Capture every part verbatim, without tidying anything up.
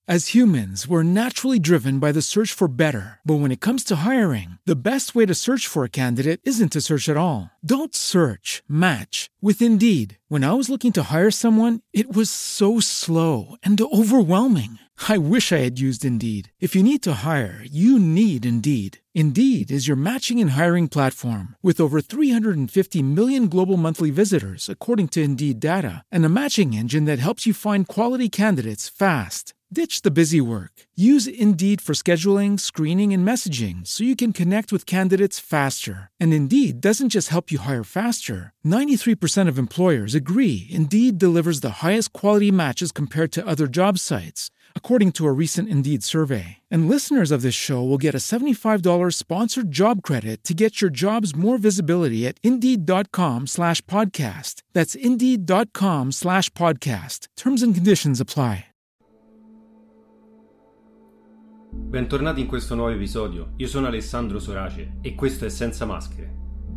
As humans, we're naturally driven by the search for better. But when it comes to hiring, the best way to search for a candidate isn't to search at all. Don't search, match with Indeed. When I was looking to hire someone, it was so slow and overwhelming. I wish I had used Indeed. If you need to hire, you need Indeed. Indeed is your matching and hiring platform with over three hundred fifty million global monthly visitors, according to Indeed data, and a matching engine that helps you find quality candidates fast. Ditch the busy work. Use Indeed for scheduling, screening, and messaging so you can connect with candidates faster. And Indeed doesn't just help you hire faster. ninety-three percent of employers agree Indeed delivers the highest quality matches compared to other job sites, according to a recent Indeed survey. And listeners of this show will get a seventy-five dollars sponsored job credit to get your jobs more visibility at Indeed.com slash podcast. That's Indeed.com slash podcast. Terms and conditions apply. Bentornati in questo nuovo episodio. Io sono Alessandro Sorace e questo è Senza Maschere.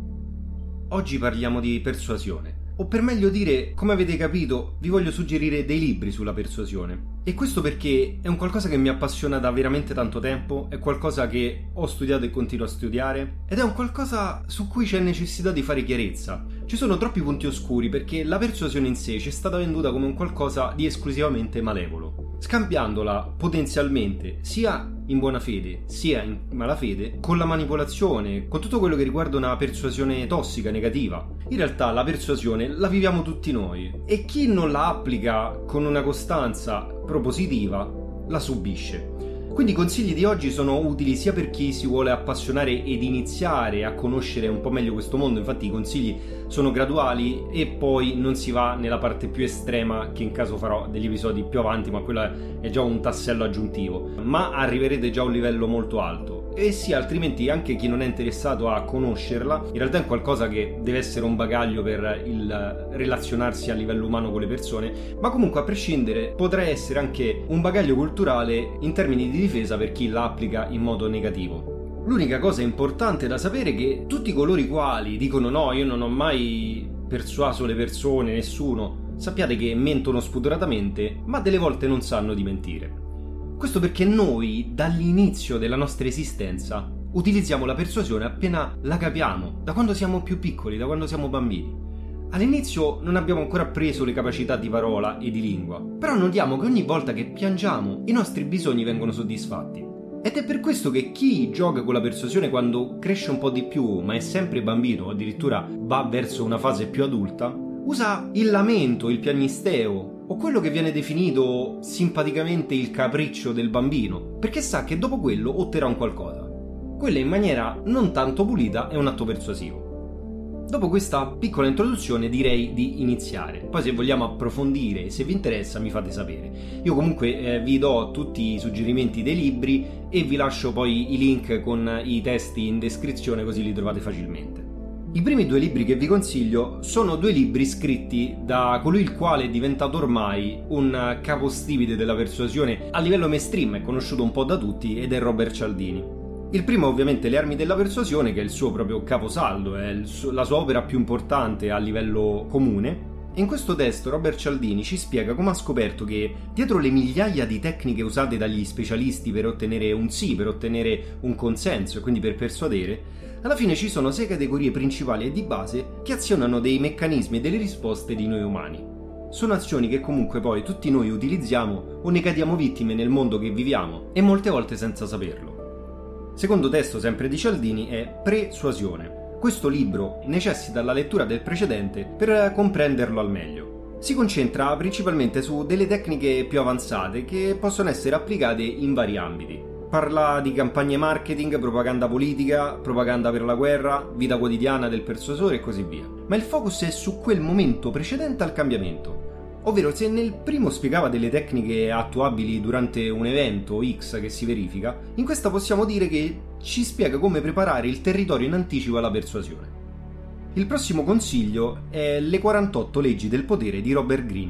Oggi parliamo di persuasione. O per meglio dire, come avete capito, vi voglio suggerire dei libri sulla persuasione. E questo perché è un qualcosa che mi appassiona da veramente tanto tempo, è qualcosa che ho studiato e continuo a studiare, ed è un qualcosa su cui c'è necessità di fare chiarezza. Ci sono troppi punti oscuri perché la persuasione in sé ci è stata venduta come un qualcosa di esclusivamente malevolo, scambiandola potenzialmente sia in buona fede sia in malafede con la manipolazione, con tutto quello che riguarda una persuasione tossica, negativa. In realtà la persuasione la viviamo tutti noi e chi non la applica con una costanza propositiva la subisce. Quindi i consigli di oggi sono utili sia per chi si vuole appassionare ed iniziare a conoscere un po' meglio questo mondo. Infatti i consigli sono graduali e poi non si va nella parte più estrema, che in caso farò degli episodi più avanti, ma quella è già un tassello aggiuntivo, ma arriverete già a un livello molto alto. E sì, altrimenti anche chi non è interessato a conoscerla, in realtà è qualcosa che deve essere un bagaglio per il relazionarsi a livello umano con le persone, ma comunque a prescindere potrà essere anche un bagaglio culturale in termini di difesa per chi la applica in modo negativo. L'unica cosa importante da sapere è che tutti coloro i quali dicono no, io non ho mai persuaso le persone, nessuno, sappiate che mentono spudoratamente, ma delle volte non sanno di mentire. Questo perché noi, dall'inizio della nostra esistenza, utilizziamo la persuasione appena la capiamo, da quando siamo più piccoli, da quando siamo bambini. All'inizio non abbiamo ancora appreso le capacità di parola e di lingua, però notiamo che ogni volta che piangiamo i nostri bisogni vengono soddisfatti. Ed è per questo che chi gioca con la persuasione quando cresce un po' di più, ma è sempre bambino, o addirittura va verso una fase più adulta, usa il lamento, il piagnisteo, o quello che viene definito simpaticamente il capriccio del bambino, perché sa che dopo quello otterrà un qualcosa. Quello in maniera non tanto pulita è un atto persuasivo. Dopo questa piccola introduzione direi di iniziare, poi se vogliamo approfondire e se vi interessa mi fate sapere. Io comunque eh, vi do tutti i suggerimenti dei libri e vi lascio poi i link con i testi in descrizione, così li trovate facilmente. I primi due libri che vi consiglio sono due libri scritti da colui il quale è diventato ormai un capostipite della persuasione a livello mainstream, è conosciuto un po' da tutti, ed è Robert Cialdini. Il primo è ovviamente Le armi della persuasione, che è il suo proprio caposaldo, è il su- la sua opera più importante a livello comune. In questo testo Robert Cialdini ci spiega come ha scoperto che dietro le migliaia di tecniche usate dagli specialisti per ottenere un sì, per ottenere un consenso e quindi per persuadere, alla fine ci sono sei categorie principali e di base che azionano dei meccanismi e delle risposte di noi umani. Sono azioni che comunque poi tutti noi utilizziamo o ne cadiamo vittime nel mondo che viviamo, e molte volte senza saperlo. Secondo testo sempre di Cialdini è Persuasione. Questo libro necessita la lettura del precedente per comprenderlo al meglio. Si concentra principalmente su delle tecniche più avanzate che possono essere applicate in vari ambiti. Parla di campagne marketing, propaganda politica, propaganda per la guerra, vita quotidiana del persuasore e così via. Ma il focus è su quel momento precedente al cambiamento. Ovvero, se nel primo spiegava delle tecniche attuabili durante un evento X che si verifica, in questa possiamo dire che ci spiega come preparare il territorio in anticipo alla persuasione. Il prossimo consiglio è Le quarantotto leggi del potere di Robert Greene.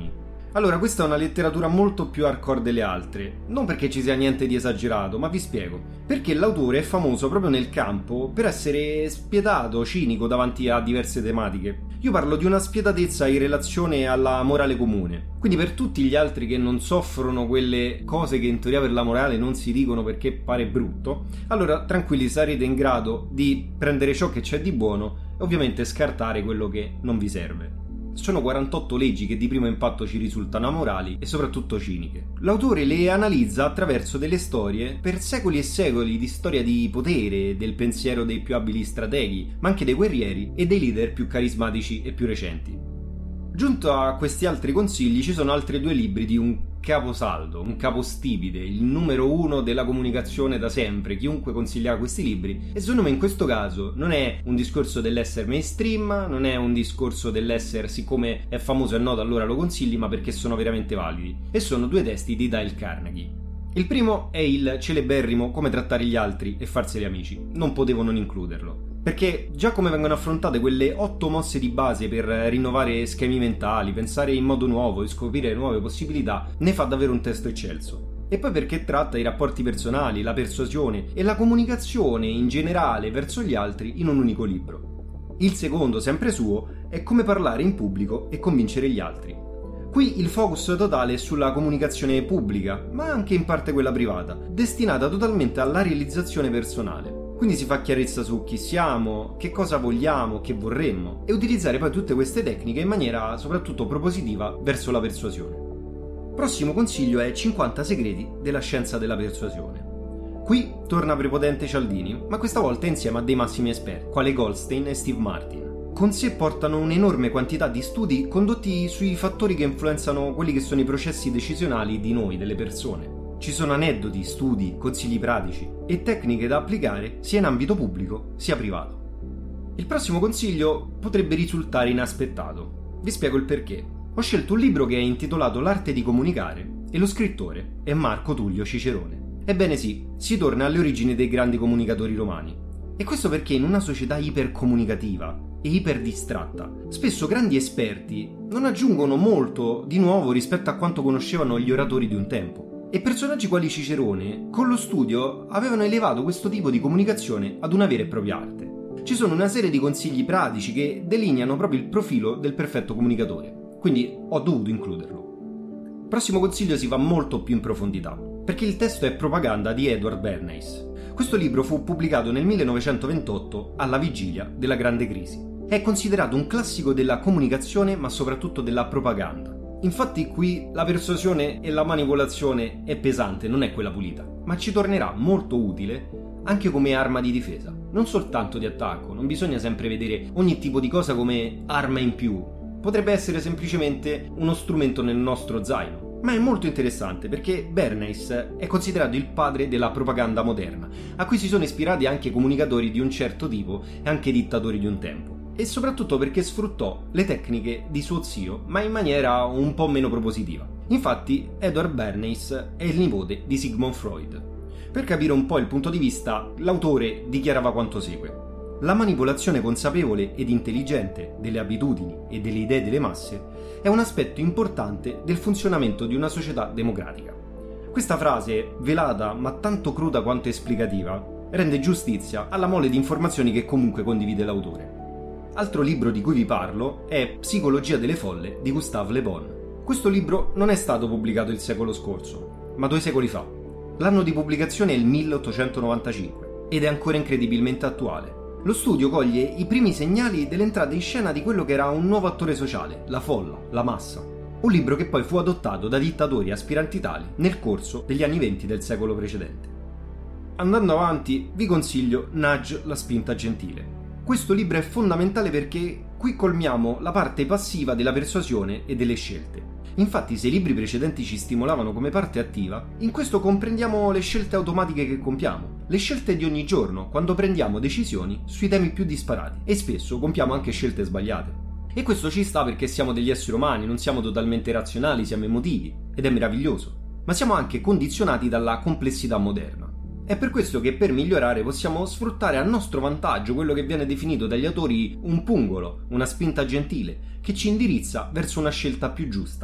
Allora, questa è una letteratura molto più hardcore delle altre, non perché ci sia niente di esagerato, ma vi spiego. Perché l'autore è famoso proprio nel campo per essere spietato, cinico davanti a diverse tematiche. Io parlo di una spietatezza in relazione alla morale comune. Quindi per tutti gli altri che non soffrono quelle cose che in teoria per la morale non si dicono perché pare brutto, allora tranquilli, sarete in grado di prendere ciò che c'è di buono e ovviamente scartare quello che non vi serve. Sono quarantotto leggi che di primo impatto ci risultano amorali e soprattutto ciniche. L'autore le analizza attraverso delle storie per secoli e secoli di storia di potere, del pensiero dei più abili strateghi, ma anche dei guerrieri e dei leader più carismatici e più recenti. Giunto a questi altri consigli ci sono altri due libri di un caposaldo, un capostipite, il numero uno della comunicazione da sempre, chiunque consiglia questi libri, e secondo me in questo caso non è un discorso dell'essere mainstream, non è un discorso dell'essere siccome è famoso e noto allora lo consigli, ma perché sono veramente validi, e sono due testi di Dale Carnegie. Il primo è il celeberrimo Come trattare gli altri e farseli amici, non potevo non includerlo. Perché già come vengono affrontate quelle otto mosse di base per rinnovare schemi mentali, pensare in modo nuovo e scoprire nuove possibilità, ne fa davvero un testo eccelso. E poi perché tratta i rapporti personali, la persuasione e la comunicazione in generale verso gli altri in un unico libro. Il secondo, sempre suo, è Come parlare in pubblico e convincere gli altri. Qui il focus totale è sulla comunicazione pubblica, ma anche in parte quella privata, destinata totalmente alla realizzazione personale. Quindi si fa chiarezza su chi siamo, che cosa vogliamo, che vorremmo, e utilizzare poi tutte queste tecniche in maniera soprattutto propositiva verso la persuasione. Prossimo consiglio è cinquanta segreti della scienza della persuasione. Qui torna prepotente Cialdini, ma questa volta insieme a dei massimi esperti, quali Goldstein e Steve Martin. Con sé portano un'enorme quantità di studi condotti sui fattori che influenzano quelli che sono i processi decisionali di noi, delle persone. Ci sono aneddoti, studi, consigli pratici e tecniche da applicare sia in ambito pubblico sia privato. Il prossimo consiglio potrebbe risultare inaspettato. Vi spiego il perché. Ho scelto un libro che è intitolato L'arte di comunicare e lo scrittore è Marco Tullio Cicerone. Ebbene sì, si torna alle origini dei grandi comunicatori romani. E questo perché in una società ipercomunicativa e iperdistratta, spesso grandi esperti non aggiungono molto di nuovo rispetto a quanto conoscevano gli oratori di un tempo. E personaggi quali Cicerone, con lo studio, avevano elevato questo tipo di comunicazione ad una vera e propria arte. Ci sono una serie di consigli pratici che delineano proprio il profilo del perfetto comunicatore, quindi ho dovuto includerlo. Prossimo consiglio si va molto più in profondità, perché il testo è Propaganda di Edward Bernays. Questo libro fu pubblicato nel millenovecentoventotto alla vigilia della Grande Crisi. È considerato un classico della comunicazione, ma soprattutto della propaganda. Infatti qui la persuasione e la manipolazione è pesante, non è quella pulita, ma ci tornerà molto utile anche come arma di difesa, non soltanto di attacco. Non bisogna sempre vedere ogni tipo di cosa come arma in più, potrebbe essere semplicemente uno strumento nel nostro zaino. Ma è molto interessante perché Bernays è considerato il padre della propaganda moderna, a cui si sono ispirati anche comunicatori di un certo tipo e anche dittatori di un tempo. E soprattutto perché sfruttò le tecniche di suo zio, ma in maniera un po' meno propositiva. Infatti, Edward Bernays è il nipote di Sigmund Freud. Per capire un po' il punto di vista, l'autore dichiarava quanto segue. La manipolazione consapevole ed intelligente delle abitudini e delle idee delle masse è un aspetto importante del funzionamento di una società democratica. Questa frase, velata ma tanto cruda quanto esplicativa, rende giustizia alla mole di informazioni che comunque condivide l'autore. Altro libro di cui vi parlo è Psicologia delle folle di Gustave Le Bon. Questo libro non è stato pubblicato il secolo scorso, ma due secoli fa. L'anno di pubblicazione è il milleottocentonovantacinque ed è ancora incredibilmente attuale. Lo studio coglie i primi segnali dell'entrata in scena di quello che era un nuovo attore sociale, la folla, la massa. Un libro che poi fu adottato da dittatori aspiranti tali nel corso degli anni venti del secolo precedente. Andando avanti, vi consiglio Nudge, la spinta gentile. Questo libro è fondamentale perché qui colmiamo la parte passiva della persuasione e delle scelte. Infatti, se i libri precedenti ci stimolavano come parte attiva, in questo comprendiamo le scelte automatiche che compiamo, le scelte di ogni giorno, quando prendiamo decisioni sui temi più disparati, e spesso compiamo anche scelte sbagliate. E questo ci sta perché siamo degli esseri umani, non siamo totalmente razionali, siamo emotivi, ed è meraviglioso, ma siamo anche condizionati dalla complessità moderna. È per questo che per migliorare possiamo sfruttare a nostro vantaggio quello che viene definito dagli autori un pungolo, una spinta gentile, che ci indirizza verso una scelta più giusta.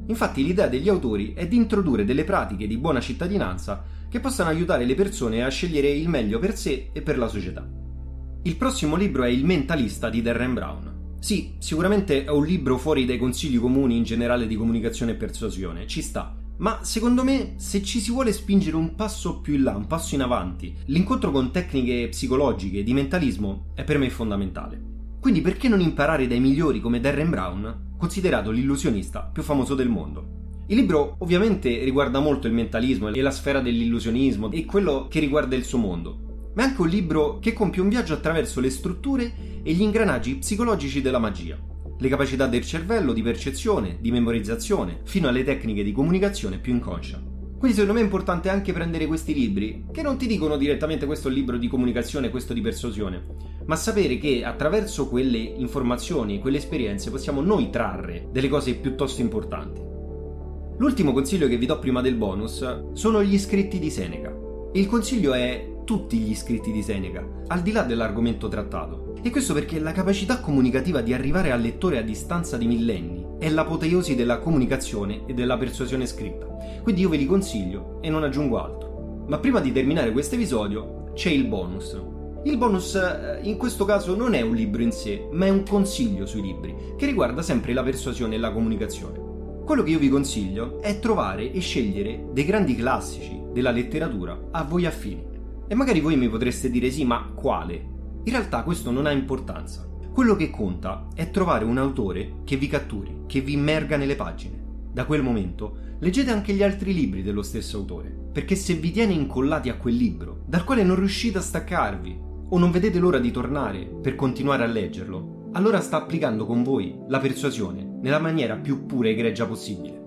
Infatti l'idea degli autori è di introdurre delle pratiche di buona cittadinanza che possano aiutare le persone a scegliere il meglio per sé e per la società. Il prossimo libro è Il mentalista di Derren Brown. Sì, sicuramente è un libro fuori dai consigli comuni in generale di comunicazione e persuasione, ci sta. Ma secondo me, se ci si vuole spingere un passo più in là, un passo in avanti, l'incontro con tecniche psicologiche di mentalismo è per me fondamentale. Quindi perché non imparare dai migliori come Derren Brown, considerato l'illusionista più famoso del mondo? Il libro ovviamente riguarda molto il mentalismo e la sfera dell'illusionismo e quello che riguarda il suo mondo, ma è anche un libro che compie un viaggio attraverso le strutture e gli ingranaggi psicologici della magia, le capacità del cervello di percezione, di memorizzazione, fino alle tecniche di comunicazione più inconscia. Quindi secondo me è importante anche prendere questi libri, che non ti dicono direttamente questo è il libro di comunicazione, questo di persuasione, ma sapere che attraverso quelle informazioni, quelle esperienze possiamo noi trarre delle cose piuttosto importanti. L'ultimo consiglio che vi do prima del bonus sono gli scritti di Seneca. Il consiglio è tutti gli scritti di Seneca, al di là dell'argomento trattato. E questo perché la capacità comunicativa di arrivare al lettore a distanza di millenni è l'apoteosi della comunicazione e della persuasione scritta. Quindi io ve li consiglio e non aggiungo altro. Ma prima di terminare questo episodio c'è il bonus. Il bonus in questo caso non è un libro in sé, ma è un consiglio sui libri, che riguarda sempre la persuasione e la comunicazione. Quello che io vi consiglio è trovare e scegliere dei grandi classici della letteratura a voi affini. E magari voi mi potreste dire sì, ma quale? In realtà questo non ha importanza. Quello che conta è trovare un autore che vi catturi, che vi immerga nelle pagine. Da quel momento leggete anche gli altri libri dello stesso autore, perché se vi tiene incollati a quel libro, dal quale non riuscite a staccarvi, o non vedete l'ora di tornare per continuare a leggerlo, allora sta applicando con voi la persuasione nella maniera più pura e egregia possibile.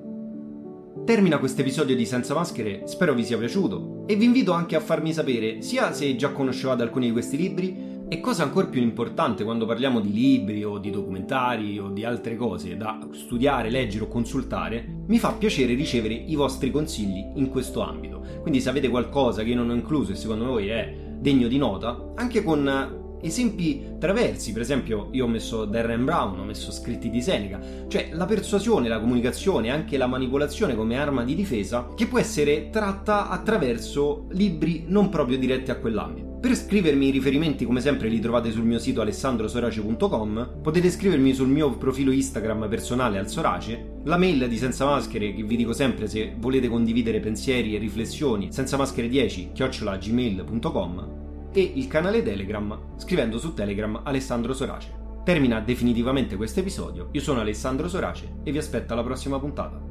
Termina questo episodio di Senza Maschere, spero vi sia piaciuto e vi invito anche a farmi sapere sia se già conoscevate alcuni di questi libri e cosa ancora più importante quando parliamo di libri o di documentari o di altre cose da studiare, leggere o consultare, mi fa piacere ricevere i vostri consigli in questo ambito. Quindi se avete qualcosa che io non ho incluso e secondo voi è degno di nota, anche con esempi traversi, per esempio io ho messo Derren Brown, ho messo scritti di Seneca, cioè la persuasione, la comunicazione, anche la manipolazione come arma di difesa che può essere tratta attraverso libri non proprio diretti a quell'ambito. Per scrivermi i riferimenti come sempre li trovate sul mio sito alessandro sorace punto com, potete scrivermi sul mio profilo Instagram personale al Sorace, la mail di Senza Maschere che vi dico sempre se volete condividere pensieri e riflessioni, senzamaschere dieci chiocciola gmail punto com, e il canale Telegram scrivendo su Telegram Alessandro Sorace. Termina definitivamente questo episodio, io sono Alessandro Sorace e vi aspetto alla prossima puntata.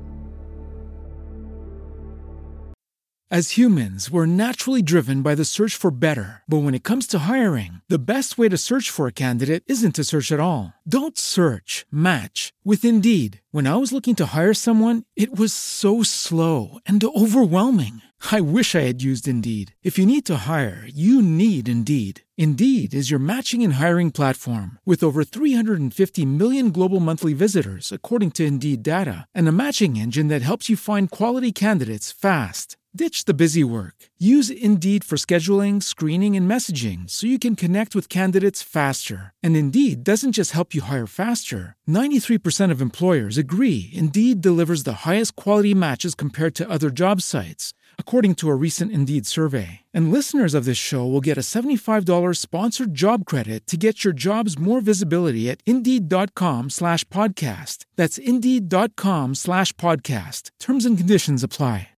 As humans, we're naturally driven by the search for better. But when it comes to hiring, the best way to search for a candidate isn't to search at all. Don't search, match with Indeed. When I was looking to hire someone, it was so slow and overwhelming. I wish I had used Indeed. If you need to hire, you need Indeed. Indeed is your matching and hiring platform with over three hundred fifty million global monthly visitors, according to Indeed data, and a matching engine that helps you find quality candidates fast. Ditch the busy work. Use Indeed for scheduling, screening, and messaging so you can connect with candidates faster. And Indeed doesn't just help you hire faster. ninety-three percent of employers agree Indeed delivers the highest quality matches compared to other job sites, according to a recent Indeed survey. And listeners of this show will get a seventy-five dollars sponsored job credit to get your jobs more visibility at Indeed.com slash podcast. That's Indeed.com slash podcast. Terms and conditions apply.